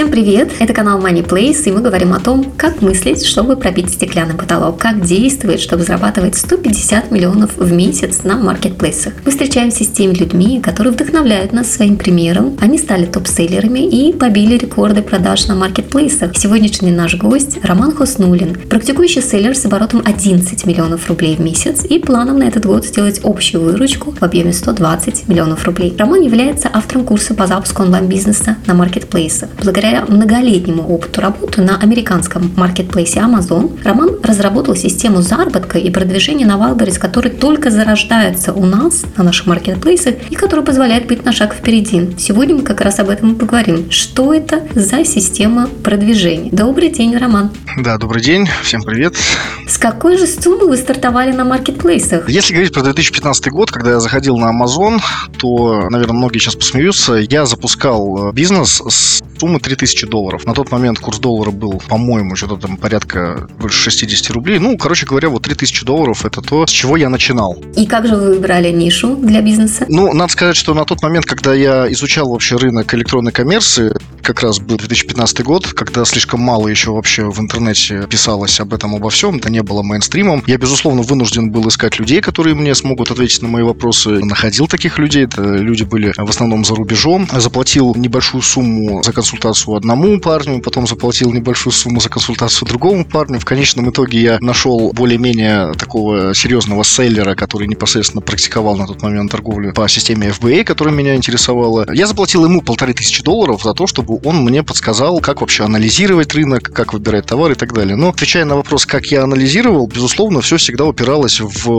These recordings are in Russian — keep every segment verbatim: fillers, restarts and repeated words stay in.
Всем привет! Это канал Money Place, и мы говорим о том, как мыслить, чтобы пробить стеклянный потолок, как действовать, чтобы зарабатывать сто пятьдесят миллионов в месяц на маркетплейсах. Мы встречаемся с теми людьми, которые вдохновляют нас своим примером. Они стали топ-селлерами и побили рекорды продаж на маркетплейсах. Сегодняшний наш гость Роман Хуснуллин, практикующий селлер с оборотом одиннадцать миллионов рублей в месяц и планом на этот год сделать общую выручку в объеме сто двадцать миллионов рублей. Роман является автором курса по запуску онлайн-бизнеса на маркетплейсах. Благодаря многолетнему опыту работы на американском маркетплейсе Amazon, Роман разработал систему заработка и продвижения на Wildberries, который только зарождается у нас, на наших маркетплейсах, и который позволяет быть на шаг впереди. Сегодня мы как раз об этом и поговорим. Что это за система продвижения? Добрый день, Роман. Да, добрый день. Всем привет. С какой же суммы вы стартовали на маркетплейсах? Если говорить про две тысячи пятнадцатый год, когда я заходил на Amazon, то, наверное, многие сейчас посмеются, я запускал бизнес с суммы три тысячи долларов. На тот момент курс доллара был, по-моему, что-то там порядка больше шестьдесят рублей. Ну, короче говоря, вот три тысячи долларов – это то, с чего я начинал. И как же вы выбрали нишу для бизнеса? Ну, надо сказать, что на тот момент, когда я изучал вообще рынок электронной коммерции, как раз был две тысячи пятнадцатый год, когда слишком мало еще вообще в интернете писалось об этом, обо всем, это не было мейнстримом. Я, безусловно, вынужден был искать людей, которые мне смогут ответить на мои вопросы. Находил таких людей, это люди были в основном за рубежом. Заплатил небольшую сумму за консультацию одному парню, потом заплатил небольшую сумму за консультацию другому парню. В конечном итоге я нашел более-менее такого серьезного селлера, который непосредственно практиковал на тот момент торговлю по системе эф би эй, которая меня интересовала. Я заплатил ему полторы тысячи долларов за то, чтобы он мне подсказал, как вообще анализировать рынок, как выбирать товар и так далее. Но, отвечая на вопрос, как я анализировал, безусловно, все всегда упиралось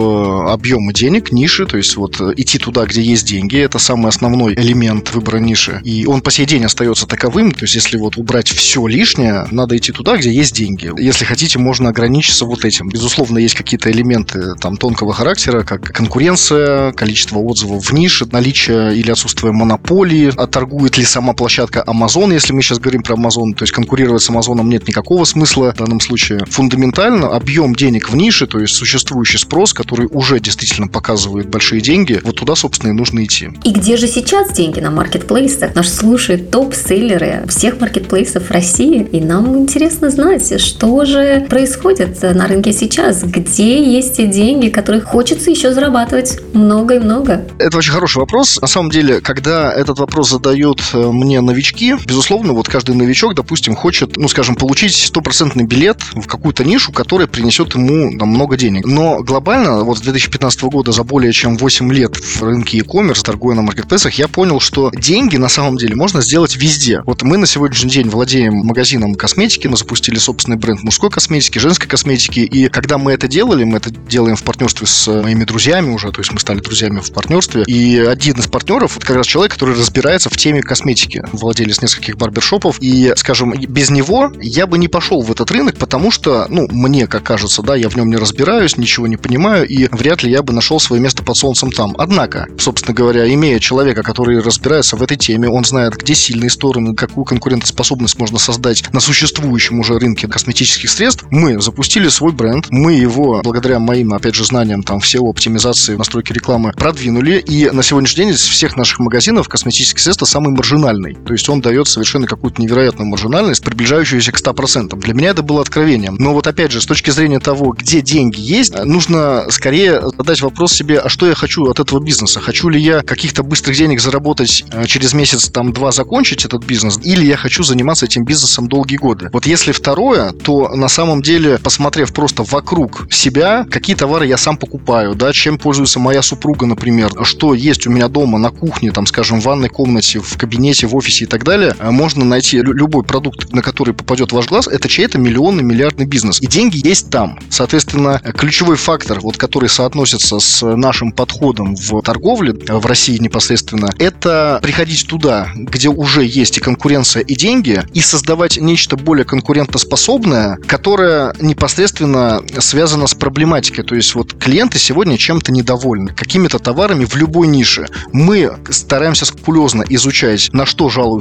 в объемы денег, ниши, то есть вот идти туда, где есть деньги, это самый основной элемент выбора ниши. И он по сей день остается таковым, то есть если вот убрать все лишнее, надо идти туда, где есть деньги. Если хотите, можно ограничиться вот этим. Безусловно, есть какие-то элементы там тонкого характера, как конкуренция, количество отзывов в нише, наличие или отсутствие монополии, а торгует ли сама площадка Amazon, если мы сейчас говорим про Amazon, то есть конкурировать с Amazon нет никакого смысла в данном случае. Фундаментально объем денег в нише, то есть существующий спрос, который уже действительно показывает большие деньги, вот туда, собственно, и нужно идти. И где же сейчас деньги на маркетплейсах? Нас слушают топ-селлеры всех маркетплейсов России, и нам интересно знать, что же происходит на рынке сейчас, где есть те деньги, которые хочется еще зарабатывать много и много. Это очень хороший вопрос. На самом деле, когда этот вопрос задают мне новички, безусловно, вот каждый новичок, допустим, хочет, ну, скажем, получить стопроцентный билет в какую-то нишу, которая принесет ему там много денег. Но глобально, вот с две тысячи пятнадцатого года, за более чем восемь лет в рынке e-commerce, торгуя на маркетплейсах, я понял, что деньги на самом деле можно сделать везде. Вот мы на сегодняшний день владеем магазином косметики, мы запустили собственный бренд мужской косметики, женской косметики, и когда мы это делали, мы это делаем в партнерстве с моими друзьями уже, то есть мы стали друзьями в партнерстве, и один из партнеров, это как раз человек, который разбирается в теме косметики, владелец нескольких барбершопов, и, скажем, без него я бы не пошел в этот рынок, потому что, ну, мне, как кажется, да, я в нем не разбираюсь, ничего не понимаю, и вряд ли я бы нашел свое место под солнцем там. Однако, собственно говоря, имея человека, который разбирается в этой теме, он знает, где сильные стороны, какую конкурентоспособность можно создать на существующем уже рынке косметических средств, мы запустили свой бренд, мы его, благодаря моим, опять же, знаниям там сео, оптимизации, настройки рекламы, продвинули, и на сегодняшний день из всех наших магазинов косметических средств самый маржинальный, то есть он дает совершенно какую-то невероятную маржинальность, приближающуюся к ста процентам. Для меня это было откровением. Но вот опять же, с точки зрения того, где деньги есть, нужно скорее задать вопрос себе, а что я хочу от этого бизнеса? Хочу ли я каких-то быстрых денег заработать, через месяц, там, два закончить этот бизнес, или я хочу заниматься этим бизнесом долгие годы? Вот если второе, то на самом деле, посмотрев просто вокруг себя, какие товары я сам покупаю, да, чем пользуется моя супруга, например, что есть у меня дома на кухне, там, скажем, в ванной комнате, в кабинете, в офисе и так далее, можно найти любой продукт, на который попадет ваш глаз, это чей-то миллионный, миллиардный бизнес. И деньги есть там. Соответственно, ключевой фактор, вот, который соотносится с нашим подходом в торговле в России непосредственно, это приходить туда, где уже есть и конкуренция, и деньги, и создавать нечто более конкурентоспособное, которое непосредственно связано с проблематикой. То есть вот клиенты сегодня чем-то недовольны, какими-то товарами в любой нише. Мы стараемся скрупулезно изучать, на что жалуются клиенты,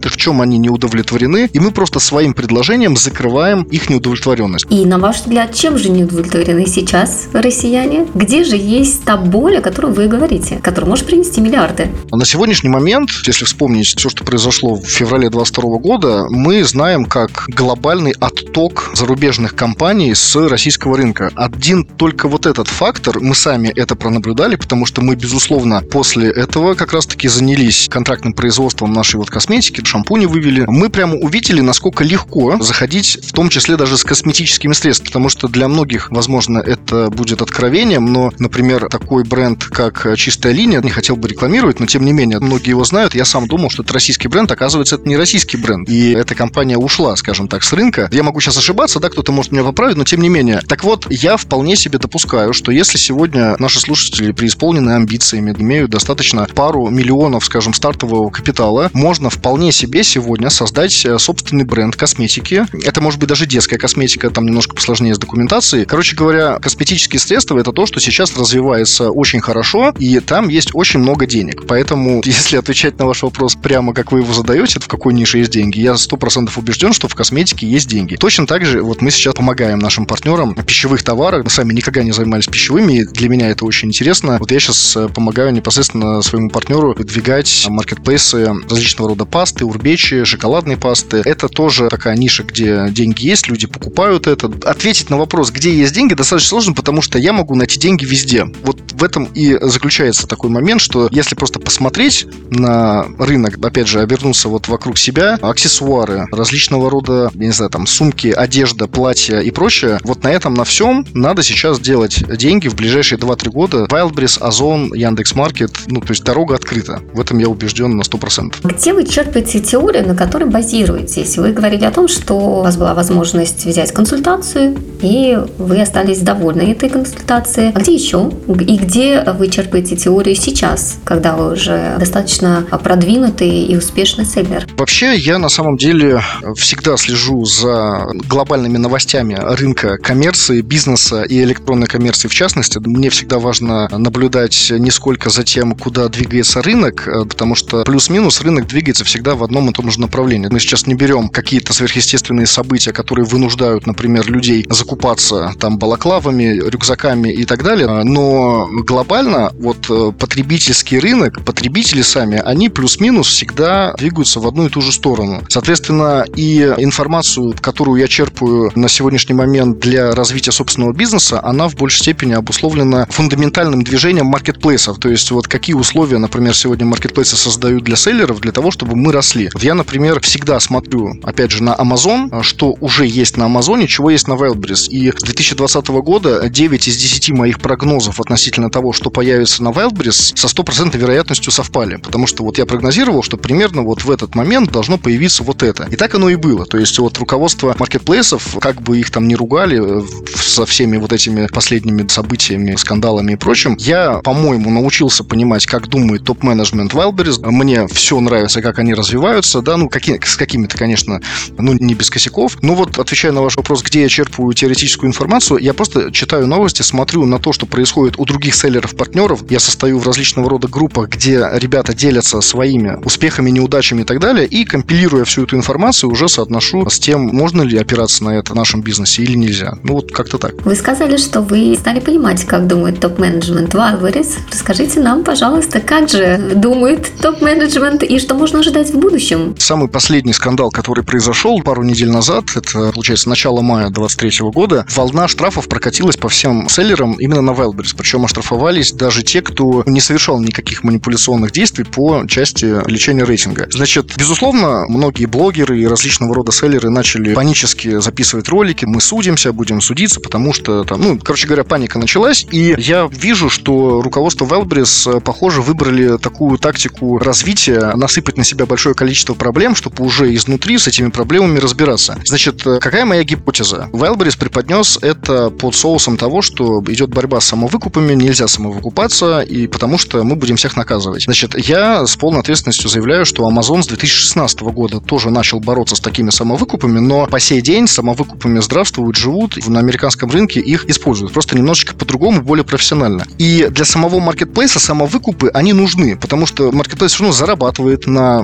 клиенты, в чем они не удовлетворены, и мы просто своим предложением закрываем их неудовлетворенность. И на ваш взгляд, чем же не удовлетворены сейчас россияне? Где же есть та боль, о которой вы говорите, которая может принести миллиарды? На сегодняшний момент, если вспомнить все, что произошло в феврале двадцать второго года, мы знаем как глобальный отток зарубежных компаний с российского рынка. Один только вот этот фактор, мы сами это пронаблюдали, потому что мы, безусловно, после этого как раз-таки занялись контрактным производством нашей вот косметики, шампуни вывели. Мы прямо увидели, насколько легко заходить, в том числе даже с косметическими средствами, потому что для многих, возможно, это будет откровением, но, например, такой бренд, как «Чистая линия», не хотел бы рекламировать, но, тем не менее, многие его знают. Я сам думал, что это российский бренд, оказывается, это не российский бренд. И эта компания ушла, скажем так, с рынка. Я могу сейчас ошибаться, да, кто-то может меня поправить, но, тем не менее. Так вот, я вполне себе допускаю, что если сегодня наши слушатели преисполнены амбициями, имеют достаточно пару миллионов, скажем, стартового капитала, можно вполне себе сегодня создать собственный бренд косметики. Это может быть даже детская косметика, там немножко посложнее с документацией. Короче говоря, косметические средства — это то, что сейчас развивается очень хорошо, и там есть очень много денег. Поэтому, если отвечать на ваш вопрос прямо, как вы его задаете, в какой нише есть деньги, я сто процентов убежден, что в косметике есть деньги. Точно так же вот мы сейчас помогаем нашим партнерам в пищевых товарах. Мы сами никогда не занимались пищевыми, и для меня это очень интересно. Вот я сейчас помогаю непосредственно своему партнеру выдвигать маркетплейсы различного рода пасты, урбечи, шоколадные пасты. Это тоже такая ниша, где деньги есть, люди покупают это. Ответить на вопрос, где есть деньги, достаточно сложно, потому что я могу найти деньги везде. Вот в этом и заключается такой момент, что если просто посмотреть на рынок, опять же, обернуться вот вокруг себя, аксессуары, различного рода, я не знаю, там, сумки, одежда, платья и прочее, вот на этом, на всем надо сейчас делать деньги в ближайшие два-три года. Wildberries, Озон, Яндекс.Маркет, ну, то есть дорога открыта. В этом я убежден на сто процентов. Где вы черпаете теорию, на которой базируетесь? Вы говорили о том, что у вас была возможность взять консультацию, и вы остались довольны этой консультацией. А где еще? И где вы черпаете теорию сейчас, когда вы уже достаточно продвинутый и успешный селлер? Вообще, я на самом деле всегда слежу за глобальными новостями рынка коммерции, бизнеса и электронной коммерции в частности. Мне всегда важно наблюдать не сколько за тем, куда двигается рынок, потому что плюс-минус рынок двигается всегда в одном и том же направлении. Мы сейчас не берем какие-то сверхъестественные события, которые вынуждают, например, людей закупаться там балаклавами, рюкзаками и так далее, но глобально вот потребительский рынок, потребители сами, они плюс-минус всегда двигаются в одну и ту же сторону. Соответственно, и информацию, которую я черпаю на сегодняшний момент для развития собственного бизнеса, она в большей степени обусловлена фундаментальным движением маркетплейсов. То есть вот какие условия, например, сегодня маркетплейсы создают для селлеров, для того, чтобы мы росли. Вот я, например, всегда смотрю, опять же, на Amazon, что уже есть на Амазоне, чего есть на Wildberries. И с две тысячи двадцатого года девять из десяти моих прогнозов относительно того, что появится на Wildberries, со стопроцентной вероятностью совпали. Потому что вот я прогнозировал, что примерно вот в этот момент должно появиться вот это. И так оно и было. То есть вот руководство маркетплейсов, как бы их там ни ругали со всеми вот этими последними событиями, скандалами и прочим, я, по-моему, научился понимать, как думает топ-менеджмент Wildberries. Мне все нравится, как они развиваются, да, ну, какие, с какими-то, конечно, ну, не без косяков. Но вот, отвечая на ваш вопрос, где я черпаю теоретическую информацию, я просто читаю новости, смотрю на то, что происходит у других селлеров-партнеров. Я состою в различного рода группах, где ребята делятся своими успехами, неудачами и так далее, и, компилируя всю эту информацию, уже соотношу с тем, можно ли опираться на это в нашем бизнесе или нельзя. Ну, вот как-то так. Вы сказали, что вы стали понимать, как думает топ-менеджмент Wildberries. Расскажите нам, пожалуйста, как же думает топ-менеджмент и что можно ожидать в будущем? Самый последний скандал, который произошел пару недель назад, это, получается, начало мая двадцать третьего года, волна штрафов прокатилась по всем селлерам именно на Wildberries. Причем оштрафовались даже те, кто не совершал никаких манипуляционных действий по части лечения рейтинга. Значит, безусловно, многие блогеры и различного рода селлеры начали панически записывать ролики. Мы судимся, будем судиться, потому что там, ну, короче говоря, паника началась. И я вижу, что руководство Wildberries, похоже, выбрали такую тактику развития, насыпать на себя большое количество проблем, чтобы уже изнутри с этими проблемами разбираться. Значит, какая моя гипотеза? Wildberries преподнес это под соусом того, что идет борьба с самовыкупами, нельзя самовыкупаться, и потому что мы будем всех наказывать. Значит, я с полной ответственностью заявляю, что Amazon с две тысячи шестнадцатого года тоже начал бороться с такими самовыкупами, но по сей день самовыкупами здравствуют, живут, на американском рынке их используют. Просто немножечко по-другому, более профессионально. И для самого маркетплейса самовыкупы, они нужны, потому что маркетплейс все равно зарабатывает на обороте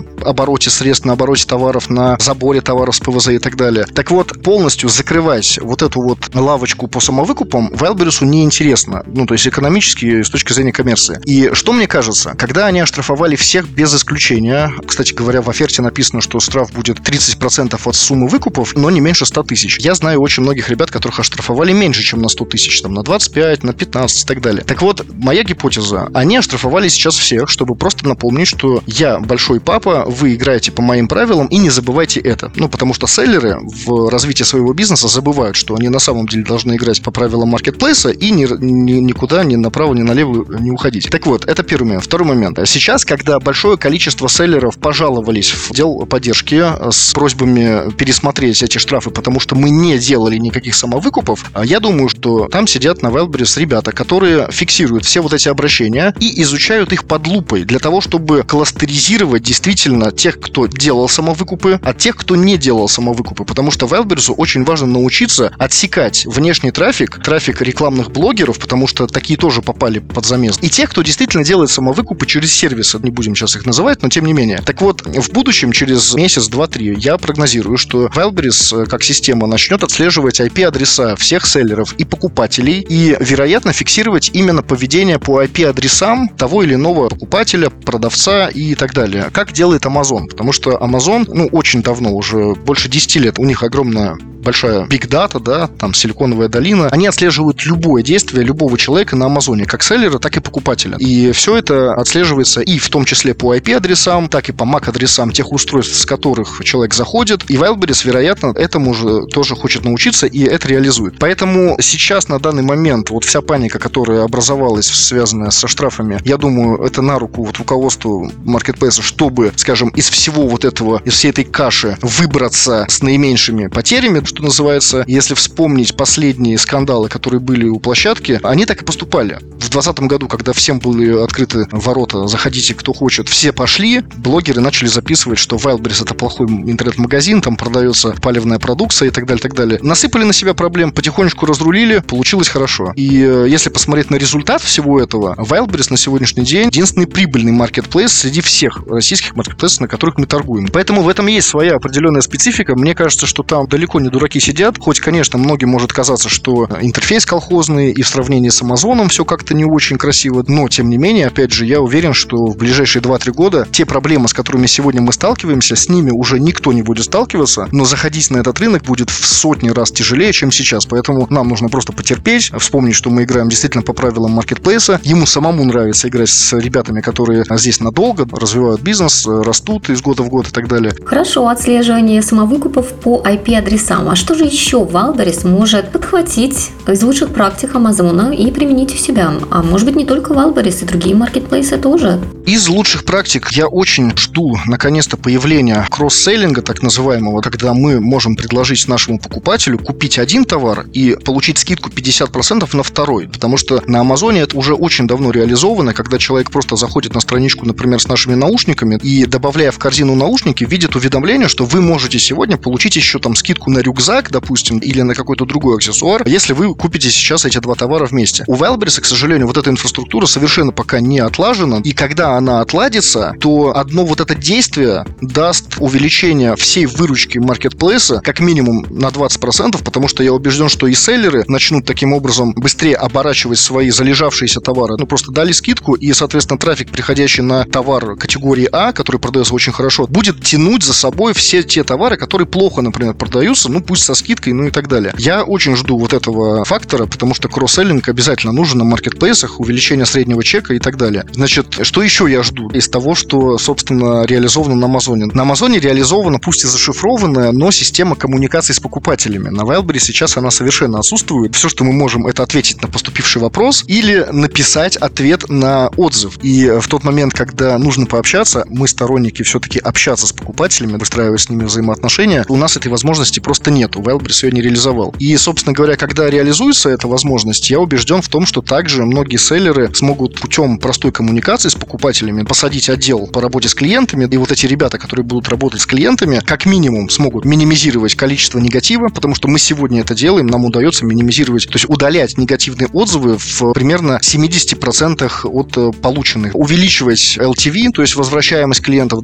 обороте средств, на обороте товаров, на заборе товаров с ПВЗ и так далее. Так вот, полностью закрывать вот эту вот лавочку по самовыкупам Wildberries неинтересно. Ну, то есть экономически, с точки зрения коммерции. И что мне кажется, когда они оштрафовали всех без исключения, кстати говоря, в оферте написано, что штраф будет тридцать процентов от суммы выкупов, но не меньше ста тысяч. Я знаю очень многих ребят, которых оштрафовали меньше, чем на сто тысяч, там, на двадцать пять, на пятнадцать и так далее. Так вот, моя гипотеза, они оштрафовали сейчас всех, чтобы просто напомнить, что я большой папа, вы играете по моим правилам, и не забывайте это. Ну, потому что селлеры в развитии своего бизнеса забывают, что они на самом деле должны играть по правилам маркетплейса и ни, ни, никуда, ни направо, ни налево не уходить. Так вот, это первый момент. Второй момент. Сейчас, когда большое количество селлеров пожаловались в отдел поддержки с просьбами пересмотреть эти штрафы, потому что мы не делали никаких самовыкупов, я думаю, что там сидят на Wildberries ребята, которые фиксируют все вот эти обращения и изучают их под лупой для того, чтобы кластеризировать действительно тех, кто делал самовыкупы, от тех, кто не делал самовыкупы. Потому что Wildberries очень важно научиться отсекать внешний трафик, трафик рекламных блогеров, потому что такие тоже попали под замес, и тех, кто действительно делает самовыкупы через сервисы. Не будем сейчас их называть, но тем не менее. Так вот, в будущем, через месяц, два, три, я прогнозирую, что Wildberries как система начнет отслеживать ай пи-адреса всех селлеров и покупателей и, вероятно, фиксировать именно поведение по ай пи-адресам того или иного покупателя, продавца и так далее. Как делает Amazon? Потому что Amazon, ну, очень давно, уже больше десяти лет, у них огромная большая big data, да, там силиконовая долина, они отслеживают любое действие любого человека на Амазоне, как селлера, так и покупателя. И все это отслеживается и в том числе по ай пи-адресам, так и по мак-адресам тех устройств, с которых человек заходит. И Wildberries, вероятно, этому же тоже хочет научиться и это реализует. Поэтому сейчас, на данный момент, вот вся паника, которая образовалась, связанная со штрафами, я думаю, это на руку вот руководству маркетплейса, чтобы, скажем, из всего вот этого, из всей этой каши выбраться с наименьшими потерями, что называется. Если вспомнить последние скандалы, которые были у площадки, они так и поступали. В двадцатом году, когда всем были открыты ворота, заходите, кто хочет, все пошли, блогеры начали записывать, что Wildberries — это плохой интернет-магазин, там продается палевная продукция и так далее, так далее. Насыпали на себя проблем, потихонечку разрулили, получилось хорошо. И если посмотреть на результат всего этого, Wildberries на сегодняшний день единственный прибыльный маркетплейс среди всех российских маркетплейсов, на которых мы торгуем. Поэтому в этом есть своя определенная специфика. Мне кажется, что там далеко не дураки сидят, хоть, конечно, многим может казаться, что интерфейс колхозный и в сравнении с Амазоном все как-то не очень красиво, но, тем не менее, опять же, я уверен, что в ближайшие два-три года те проблемы, с которыми сегодня мы сталкиваемся, с ними уже никто не будет сталкиваться, но заходить на этот рынок будет в сотни раз тяжелее, чем сейчас. Поэтому нам нужно просто потерпеть, вспомнить, что мы играем действительно по правилам маркетплейса. Ему самому нравится играть с ребятами, которые здесь надолго развивают бизнес, растут из года в год и так далее. Хорошо, отслеживание самовыкупов по ай пи-адресам. А что же еще Wildberries может подхватить из лучших практик Амазона и применить у себя? А может быть, не только Wildberries, и другие маркетплейсы тоже? Из лучших практик я очень жду, наконец-то, появления кросс-селлинга, так называемого, когда мы можем предложить нашему покупателю купить один товар и получить скидку пятьдесят процентов на второй. Потому что на Амазоне это уже очень давно реализовано, когда человек просто заходит на страничку, например, с нашими наушниками и, добавляя в корзину наушники, видит уведомление, что вы можете сегодня получить еще там скидку на рюкзак, допустим, или на какой-то другой аксессуар, если вы купите сейчас эти два товара вместе. У Wildberries, к сожалению, вот эта инфраструктура совершенно пока не отлажена, и когда она отладится, то одно вот это действие даст увеличение всей выручки маркетплейса как минимум на двадцать процентов, потому что я убежден, что и селлеры начнут таким образом быстрее оборачивать свои залежавшиеся товары. Ну, просто дали скидку, и, соответственно, трафик, приходящий на товар категории А, который продается очень хорошо, будет тянуть за собой все те товары, которые плохо, например, продаются, ну, пусть со скидкой, ну и так далее. Я очень жду вот этого фактора, потому что кросс-селлинг обязательно нужен на маркетплейсах, увеличение среднего чека и так далее. Значит, что еще я жду из того, что, собственно, реализовано на Амазоне? На Амазоне реализована, пусть и зашифрованная, но система коммуникации с покупателями. На Wildberries сейчас она совершенно отсутствует. Все, что мы можем, это ответить на поступивший вопрос или написать ответ на отзыв. И в тот момент, когда нужно пообщаться, мы, сторонники, все-таки общаться с покупателями, выстраивая с ними взаимоотношения, у нас этой возможности просто нету. Wildberries ее не реализовал. И, собственно говоря, когда реализуется эта возможность, я убежден в том, что также многие селлеры смогут путем простой коммуникации с покупателями посадить отдел по работе с клиентами, и вот эти ребята, которые будут работать с клиентами, как минимум смогут минимизировать количество негатива, потому что мы сегодня это делаем, нам удается минимизировать, то есть удалять негативные отзывы в примерно семьдесят процентов от полученных. Увеличивать эл ти ви, то есть возвращаемость клиентов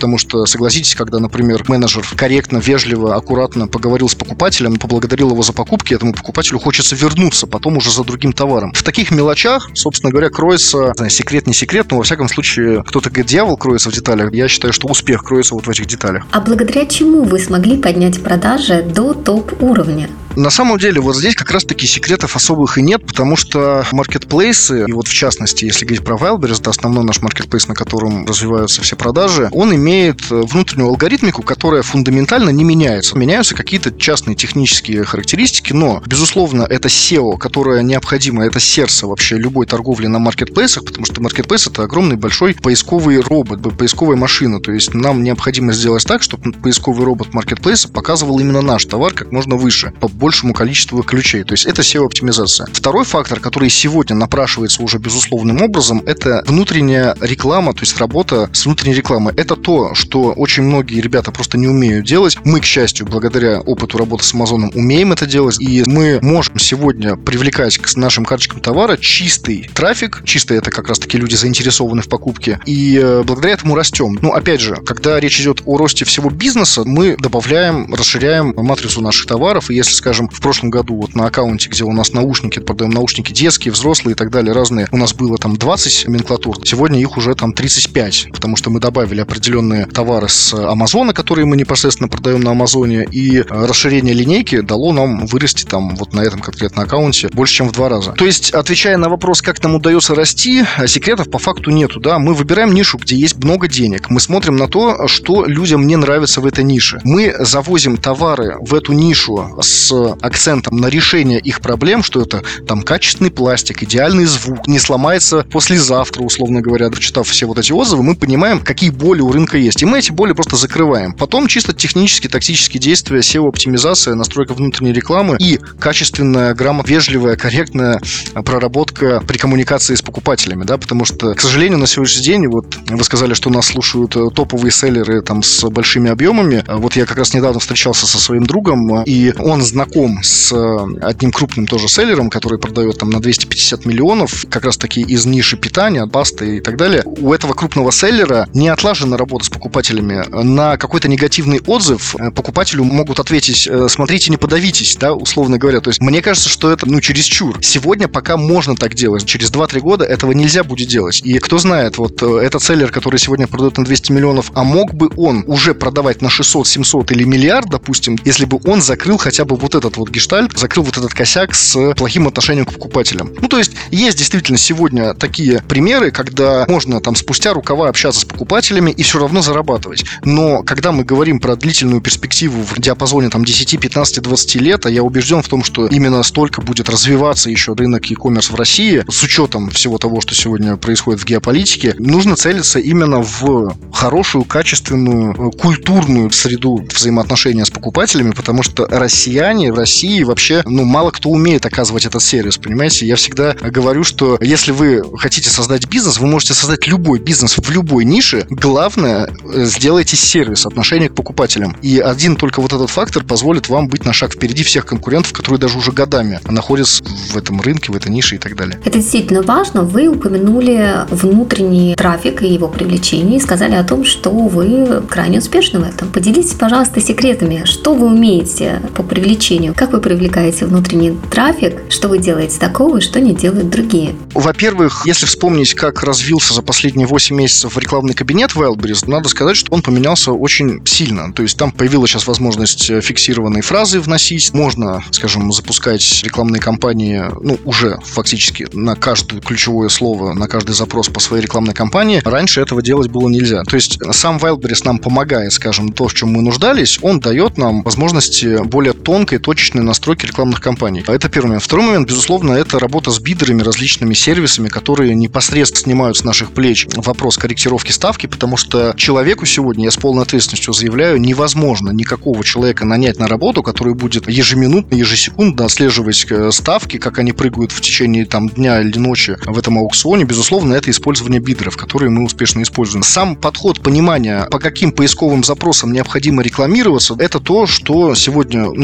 потому что, согласитесь, когда, например, менеджер корректно, вежливо, аккуратно поговорил с покупателем, поблагодарил его за покупки, этому покупателю хочется вернуться потом уже за другим товаром. В таких мелочах, собственно говоря, кроется, не знаю, секрет, не секрет, но во всяком случае, кто-то говорит, дьявол кроется в деталях. Я считаю, что успех кроется вот в этих деталях. А благодаря чему вы смогли поднять продажи до топ-уровня? На самом деле, вот здесь как раз-таки секретов особых и нет, потому что маркетплейсы, и вот в частности, если говорить про Wildberries, это основной наш маркетплейс, на котором развиваются все продажи, он имеет внутреннюю алгоритмику, которая фундаментально не меняется. Меняются какие-то частные технические характеристики, но, безусловно, это сео, которое необходимо, это сердце вообще любой торговли на маркетплейсах, потому что маркетплейс — это огромный большой поисковый робот, поисковая машина, то есть нам необходимо сделать так, чтобы поисковый робот маркетплейса показывал именно наш товар как можно выше, по большему количеству ключей. То есть это сео-оптимизация. Второй фактор, который сегодня напрашивается уже безусловным образом, это внутренняя реклама, то есть работа с внутренней рекламой. Это то, что очень многие ребята просто не умеют делать. Мы, к счастью, благодаря опыту работы с Амазоном, умеем это делать, и мы можем сегодня привлекать к нашим карточкам товара чистый трафик. Чистый — это как раз-таки люди заинтересованы в покупке, и благодаря этому растем. Ну, опять же, когда речь идет о росте всего бизнеса, мы добавляем, расширяем матрицу наших товаров, и если, скажем, в прошлом году вот на аккаунте, где у нас наушники, продаем наушники детские, взрослые и так далее, разные, у нас было там двадцать номенклатур, сегодня их уже там тридцать пять, потому что мы добавили определенные товары с Амазона, которые мы непосредственно продаем на Амазоне, и расширение линейки дало нам вырасти там вот на этом конкретно аккаунте больше, чем в два раза. То есть, отвечая на вопрос, как нам удается расти, секретов по факту нету, да, мы выбираем нишу, где есть много денег, мы смотрим на то, что людям не нравится в этой нише, мы завозим товары в эту нишу с акцентом на решение их проблем, что это там качественный пластик, идеальный звук, не сломается послезавтра, условно говоря. Прочитав все вот эти отзывы, мы понимаем, какие боли у рынка есть, и мы эти боли просто закрываем. Потом чисто технические, тактические действия, сео-оптимизация, настройка внутренней рекламы и качественная, грамотная, вежливая, корректная проработка при коммуникации с покупателями, да, потому что, к сожалению, на сегодняшний день, вот вы сказали, что нас слушают топовые селлеры там с большими объемами. Вот я как раз недавно встречался со своим другом, и он знаком с одним крупным тоже селлером, который продает там на двести пятьдесят миллионов, как раз таки из ниши питания, пасты и так далее. У этого крупного селлера не отлажена работа с покупателями. На какой-то негативный отзыв покупателю могут ответить: смотрите, не подавитесь, да, условно говоря. То есть мне кажется, что это, ну, чересчур. Сегодня пока можно так делать. Через два-три года этого нельзя будет делать. И кто знает, вот этот селлер, который сегодня продает на двести миллионов, а мог бы он уже продавать на шестьсот, семьсот или миллиард, допустим, если бы он закрыл хотя бы вот этот вот гештальт, закрыл вот этот косяк с плохим отношением к покупателям. Ну, то есть, есть действительно сегодня такие примеры, когда можно там спустя рукава общаться с покупателями и все равно зарабатывать. Но когда мы говорим про длительную перспективу в диапазоне там десять, пятнадцать, двадцать лет, а я убежден в том, что именно столько будет развиваться еще рынок e-commerce в России, с учетом всего того, что сегодня происходит в геополитике, нужно целиться именно в хорошую, качественную, культурную среду взаимоотношения с покупателями, потому что россияне в России вообще, ну, мало кто умеет оказывать этот сервис, понимаете? Я всегда говорю, что если вы хотите создать бизнес, вы можете создать любой бизнес в любой нише. Главное, сделайте сервис, отношение к покупателям. И один только вот этот фактор позволит вам быть на шаг впереди всех конкурентов, которые даже уже годами находятся в этом рынке, в этой нише и так далее. Это действительно важно. Вы упомянули внутренний трафик и его привлечение, и сказали о том, что вы крайне успешны в этом. Поделитесь, пожалуйста, секретами, что вы умеете по привлечению, как вы привлекаете внутренний трафик, что вы делаете такого и что не делают другие. Во-первых, если вспомнить, как развился за последние восемь месяцев рекламный кабинет Wildberries, надо сказать, что он поменялся очень сильно. То есть там появилась сейчас возможность фиксированные фразы вносить. Можно, скажем, запускать рекламные кампании, ну, уже фактически на каждое ключевое слово, на каждый запрос по своей рекламной кампании. Раньше этого делать было нельзя. То есть сам Wildberries нам помогает, скажем, то, в чем мы нуждались, он дает нам возможности более тонкой, точечной настройки рекламных кампаний. Это первый момент. Второй момент, безусловно, это работа с бидерами, различными сервисами, которые непосредственно снимают с наших плеч вопрос корректировки ставки, потому что человеку сегодня, я с полной ответственностью заявляю, невозможно никакого человека нанять на работу, который будет ежеминутно, ежесекундно отслеживать ставки, как они прыгают в течение там дня или ночи в этом аукционе. Безусловно, это использование бидеров, которые мы успешно используем. Сам подход понимания, по каким поисковым запросам необходимо рекламироваться, это то, что сегодня, ну, у меня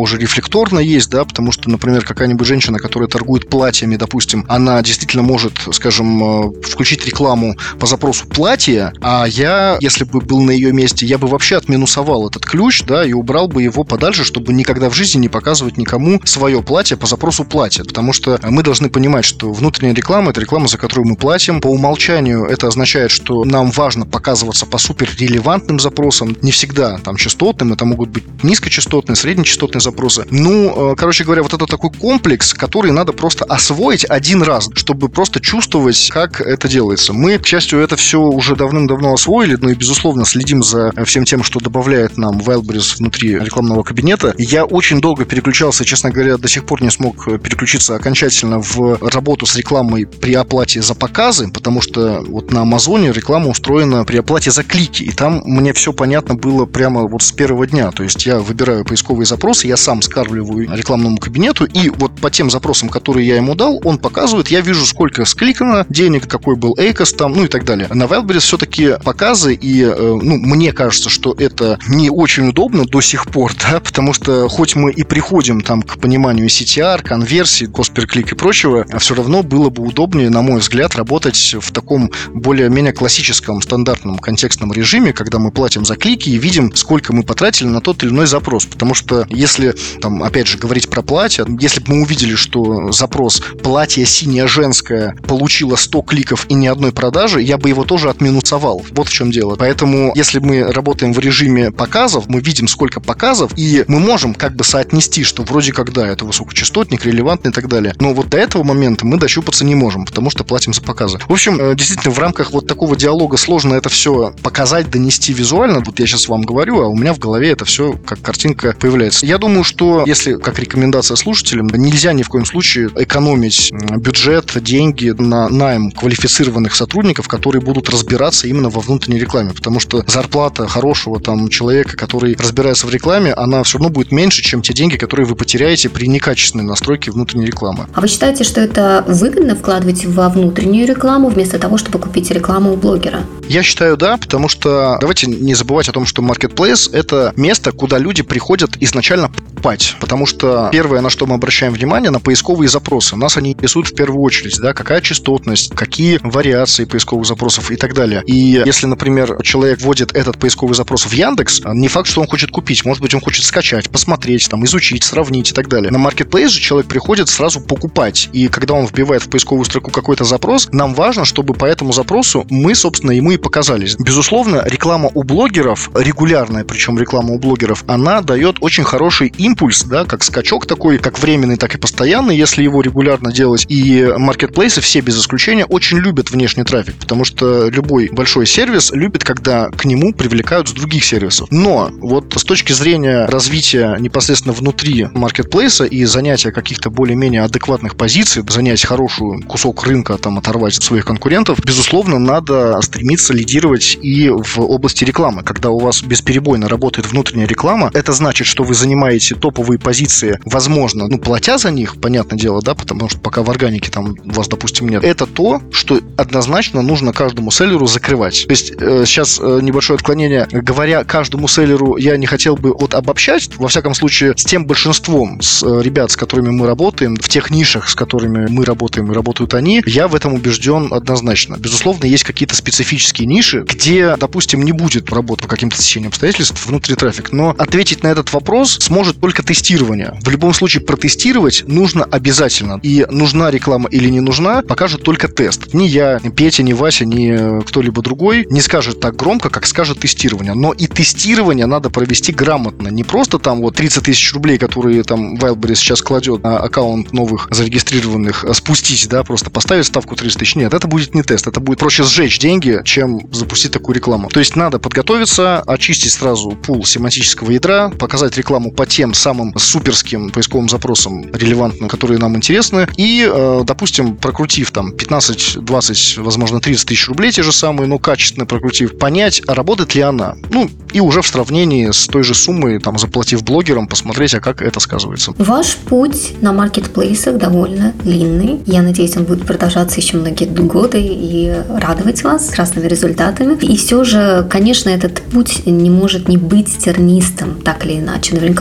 уже рефлекторно есть, да, потому что, например, какая-нибудь женщина, которая торгует платьями, допустим, она действительно может, скажем, включить рекламу по запросу платья, а я, если бы был на ее месте, я бы вообще отминусовал этот ключ, да, и убрал бы его подальше, чтобы никогда в жизни не показывать никому свое платье по запросу платья, потому что мы должны понимать, что внутренняя реклама – это реклама, за которую мы платим. По умолчанию это означает, что нам важно показываться по суперрелевантным запросам, не всегда там частотным, это могут быть низкочастотные, среднечастотные запросы. Ну, короче говоря, вот это такой комплекс, который надо просто освоить один раз, чтобы просто чувствовать, как это делается. Мы, к счастью, это все уже давным-давно освоили, но и, безусловно, следим за всем тем, что добавляет нам Wildberries внутри рекламного кабинета. Я очень долго переключался, честно говоря, до сих пор не смог переключиться окончательно в работу с рекламой при оплате за показы, потому что вот на Амазоне реклама устроена при оплате за клики, и там мне все понятно было прямо вот с первого дня. То есть я выбираю поисковые запросы, я сам скармливаю рекламному кабинету, и вот по тем запросам, которые я ему дал, он показывает, я вижу, сколько скликано денег, какой был эйкос там, ну и так далее. На Wildberries все-таки показы, и ну, мне кажется, что это не очень удобно до сих пор, да, потому что хоть мы и приходим там к пониманию си ти ар, конверсии, cost per click и прочего, все равно было бы удобнее, на мой взгляд, работать в таком более-менее классическом стандартном контекстном режиме, когда мы платим за клики и видим, сколько мы потратили на тот или иной запрос. Потому что если, там, опять же, говорить про платье, если бы мы увидели, что запрос «платье синее женское» получило сто кликов и ни одной продажи, я бы его тоже отминусовал. Вот в чем дело. Поэтому, если мы работаем в режиме показов, мы видим, сколько показов, и мы можем как бы соотнести, что вроде как, да, это высокочастотник, релевантный и так далее. Но вот до этого момента мы дощупаться не можем, потому что платим за показы. В общем, действительно, в рамках вот такого диалога сложно это все показать, донести визуально. Вот я сейчас вам говорю, а у меня в голове это все как картинка появляется. Я думаю, что если, как рекомендация слушателям, нельзя ни в коем случае экономить бюджет, деньги на найм квалифицированных сотрудников, которые будут разбираться именно во внутренней рекламе, потому что зарплата хорошего там человека, который разбирается в рекламе, она все равно будет меньше, чем те деньги, которые вы потеряете при некачественной настройке внутренней рекламы. А вы считаете, что это выгодно вкладывать во внутреннюю рекламу вместо того, чтобы купить рекламу у блогера? Я считаю, да, потому что давайте не забывать о том, что Marketplace – это место, куда люди приходят изначально покупать, потому что первое, на что мы обращаем внимание, на поисковые запросы. Нас они интересуют в первую очередь, да, какая частотность, какие вариации поисковых запросов и так далее. И если, например, человек вводит этот поисковый запрос в Яндекс, не факт, что он хочет купить, может быть, он хочет скачать, посмотреть, там, изучить, сравнить и так далее. На Marketplace же человек приходит сразу покупать, и когда он вбивает в поисковую строку какой-то запрос, нам важно, чтобы по этому запросу мы, собственно, ему и показались. Безусловно, реклама у блогеров, регулярная, причем реклама у блогеров, она дает очень хороший импульс, да, как скачок такой, как временный, так и постоянный, если его регулярно делать. И маркетплейсы все без исключения очень любят внешний трафик, потому что любой большой сервис любит, когда к нему привлекают с других сервисов. Но вот с точки зрения развития непосредственно внутри маркетплейса и занятия каких-то более-менее адекватных позиций, занять хороший кусок рынка, там, оторвать от своих конкурентов, безусловно, надо стремиться лидировать и в области рекламы. Когда у вас бесперебойно работает внутренняя реклама, это значит, что вы занимаете топовые позиции, возможно, ну, платя за них, понятное дело, да, потому что пока в органике там у вас, допустим, нет. Это то, что однозначно нужно каждому селлеру закрывать. То есть э, сейчас э, небольшое отклонение. Говоря каждому селлеру, я не хотел бы вот обобщать, во всяком случае, с тем большинством с, э, ребят, с которыми мы работаем, в тех нишах, с которыми мы работаем и работают они, я в этом убежден однозначно. Безусловно, есть какие-то специфические ниши, где, допустим, не будет работы по каким-то течениям обстоятельств внутри трафик, но ответить на этот вопрос сможет только тестирование. В любом случае, протестировать нужно обязательно. И нужна реклама или не нужна, покажет только тест. Ни я, ни Петя, ни Вася, ни кто-либо другой не скажет так громко, как скажет тестирование. Но и тестирование надо провести грамотно. Не просто там вот тридцать тысяч рублей, которые там Wildberries сейчас кладет на аккаунт новых зарегистрированных, спустить, да, просто поставить ставку тридцать тысяч. Нет, это будет не тест. Это будет проще сжечь деньги, чем запустить такую рекламу. То есть надо подготовиться, очистить сразу пул семантического ядра, показать рекламу по тем самым суперским поисковым запросам релевантным, которые нам интересны, и, э, допустим, прокрутив там пятнадцать, двадцать, возможно, тридцать тысяч рублей те же самые, но качественно прокрутив, понять, а работает ли она. Ну, и уже в сравнении с той же суммой, там, заплатив блогерам, посмотреть, а как это сказывается. Ваш путь на маркетплейсах довольно длинный. Я надеюсь, он будет продолжаться еще многие годы и радовать вас с разными результатами. И все же, конечно, этот путь не может не быть тернистым, так или иначе. Наверняка были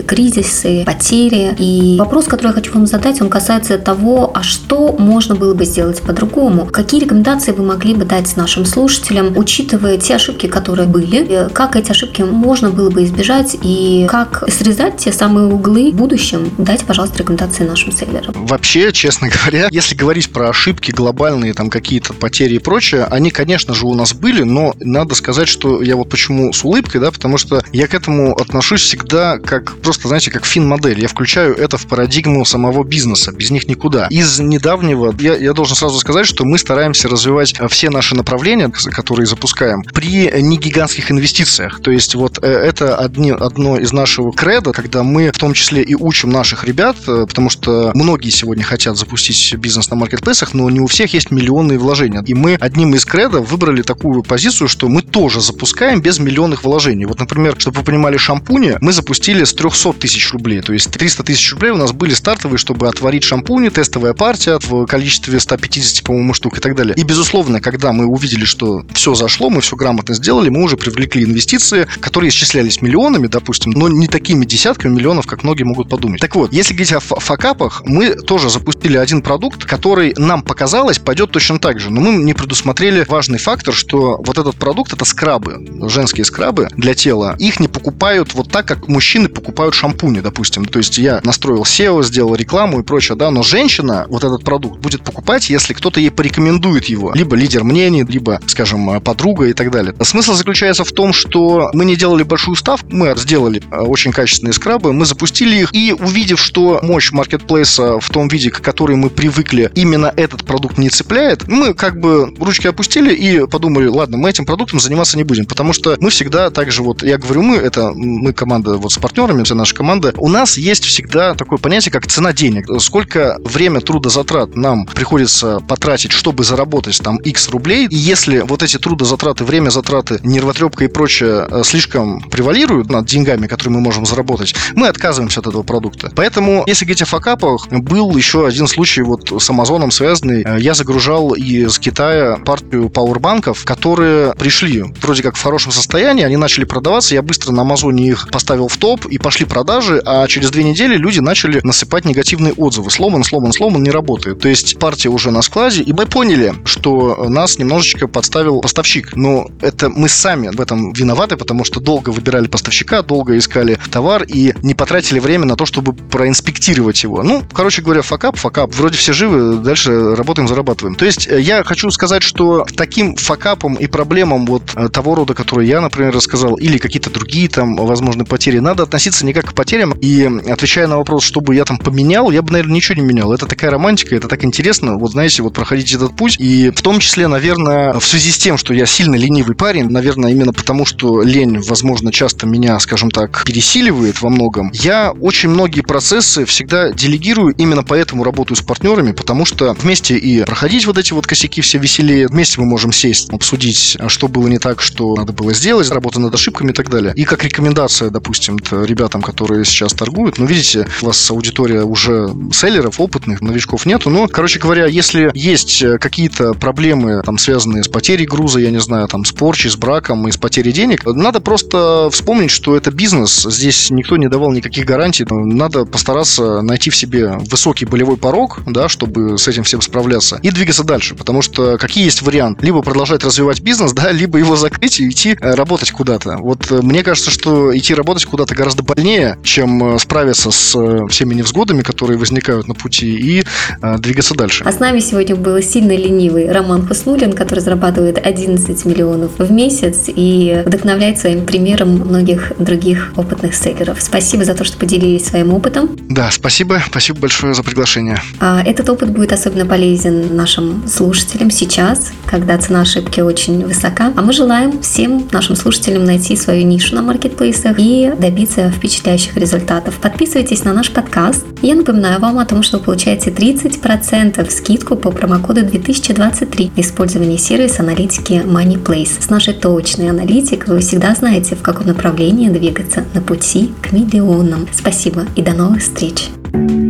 кризисы, потери. И вопрос, который я хочу вам задать, он касается того, а что можно было бы сделать по-другому? Какие рекомендации вы могли бы дать нашим слушателям, учитывая те ошибки, которые были, как эти ошибки можно было бы избежать и как срезать те самые углы в будущем? Дайте, пожалуйста, рекомендации нашим селлерам. Вообще, честно говоря, если говорить про ошибки глобальные, там какие-то потери и прочее, они, конечно же, у нас были, но надо сказать, что я вот почему с улыбкой, да, потому что я к этому отношусь всегда как просто, знаете, как фин-модель. Я включаю это в парадигму самого бизнеса, без них никуда. Из недавнего я, я должен сразу сказать, что мы стараемся развивать все наши направления, которые запускаем, при не гигантских инвестициях. То есть вот это одни, одно из нашего кредо, когда мы в том числе и учим наших ребят, потому что многие сегодня хотят запустить бизнес на маркетплейсах, но не у всех есть миллионные вложения. И мы одним из кредо выбрали такую позицию, что мы тоже запускаем без миллионных вложений. Вот, например, чтобы вы понимали, шампуни мы запустили с триста тысяч рублей. То есть триста тысяч рублей у нас были стартовые, чтобы отварить шампуни, тестовая партия в количестве сто пятьдесят, по-моему, штук и так далее. И, безусловно, когда мы увидели, что все зашло, мы все грамотно сделали, мы уже привлекли инвестиции, которые исчислялись миллионами, допустим, но не такими десятками миллионов, как многие могут подумать. Так вот, если говорить о факапах, мы тоже запустили один продукт, который нам показалось пойдет точно так же, но мы не предусмотрели важный фактор, что вот этот продукт — это скрабы, женские скрабы для тела. Их не покупают вот так, как мужчины покупают шампуни, допустим. То есть я настроил сео, сделал рекламу и прочее, да, но женщина вот этот продукт будет покупать, если кто-то ей порекомендует его. Либо лидер мнений, либо, скажем, подруга и так далее. Смысл заключается в том, что мы не делали большую ставку, мы сделали очень качественные скрабы, мы запустили их, и увидев, что мощь маркетплейса в том виде, к которой мы привыкли, именно этот продукт не цепляет, мы как бы ручки опустили и подумали, ладно, мы этим продуктом заниматься не будем, потому что мы всегда также, вот я говорю мы, это мы команда вот с партнерами, вся наша команда, у нас есть всегда такое понятие, как цена денег. Сколько время трудозатрат нам приходится потратить, чтобы заработать там X рублей, и если вот эти трудозатраты, время затраты, нервотрепка и прочее слишком превалируют над деньгами, которые мы можем заработать, мы отказываемся от этого продукта. Поэтому, если говорить о факапах, был еще один случай вот с Амазоном связанный. Я загружал из Китая партию пауэрбанков, которые пришли вроде как в хорошем состоянии, они начали продаваться, я быстро на Амазоне их поставил в топ, и пошли продажи, а через две недели люди начали насыпать негативные отзывы. Сломан, сломан, сломан, не работает. То есть партия уже на складе, и мы поняли, что нас немножечко подставил поставщик. Но это мы сами в этом виноваты, потому что долго выбирали поставщика, долго искали товар и не потратили время на то, чтобы проинспектировать его. Ну, короче говоря, факап, факап. Вроде все живы, дальше работаем, зарабатываем. То есть я хочу сказать, что таким факапом и проблемам вот того рода, которые я, например, рассказал, или какие-то другие там, возможно, потери, надо относиться не как к потерям. И отвечая на вопрос, что бы я там поменял, я бы, наверное, ничего не менял. Это такая романтика, это так интересно. Вот, знаете, вот проходить этот путь. И в том числе, наверное, в связи с тем, что я сильно ленивый парень, наверное, именно потому, что лень, возможно, часто меня, скажем так, пересиливает во многом, я очень многие процессы всегда делегирую, именно поэтому работаю с партнерами, потому что вместе и проходить вот эти вот косяки все веселее, вместе мы можем сесть, обсудить, что было не так, что надо было сделать, работа над ошибками и так далее. И как рекомендация, допустим, ребятам, которые сейчас торгуют, ну, видите, у вас аудитория уже селлеров, опытных, новичков нету, но, короче говоря, если есть какие-то проблемы, там, связанные с потерей груза, я не знаю, там, с порчей, с браком и с потерей денег, надо просто вспомнить, что это бизнес, здесь никто не давал никаких гарантий, надо постараться найти в себе высокий болевой порог, да, чтобы с этим всем справляться, и двигаться дальше, потому что какие есть варианты? Либо продолжать развивать бизнес, да, либо его закрыть и идти работать куда-то. Вот мне кажется, что идти работать куда-то гораздо больнее, чем справиться с всеми невзгодами, которые возникают на пути, и э, двигаться дальше. А с нами сегодня был сильно ленивый Роман Хуснуллин, который зарабатывает одиннадцать миллионов в месяц и вдохновляет своим примером многих других опытных селлеров. Спасибо за то, что поделились своим опытом. Да, спасибо. Спасибо большое за приглашение. А этот опыт будет особенно полезен нашим слушателям сейчас, когда цена ошибки очень высока. А мы желаем всем нашим слушателям найти свою нишу на маркетплейсах и добиться впечатляющих результатов. Подписывайтесь на наш подкаст. Я напоминаю вам о том, что вы получаете тридцать процентов скидку по промокоду две тысячи двадцать три при использовании сервиса аналитики MoneyPlace. С нашей точной аналитикой вы всегда знаете, в каком направлении двигаться на пути к миллионам. Спасибо и до новых встреч!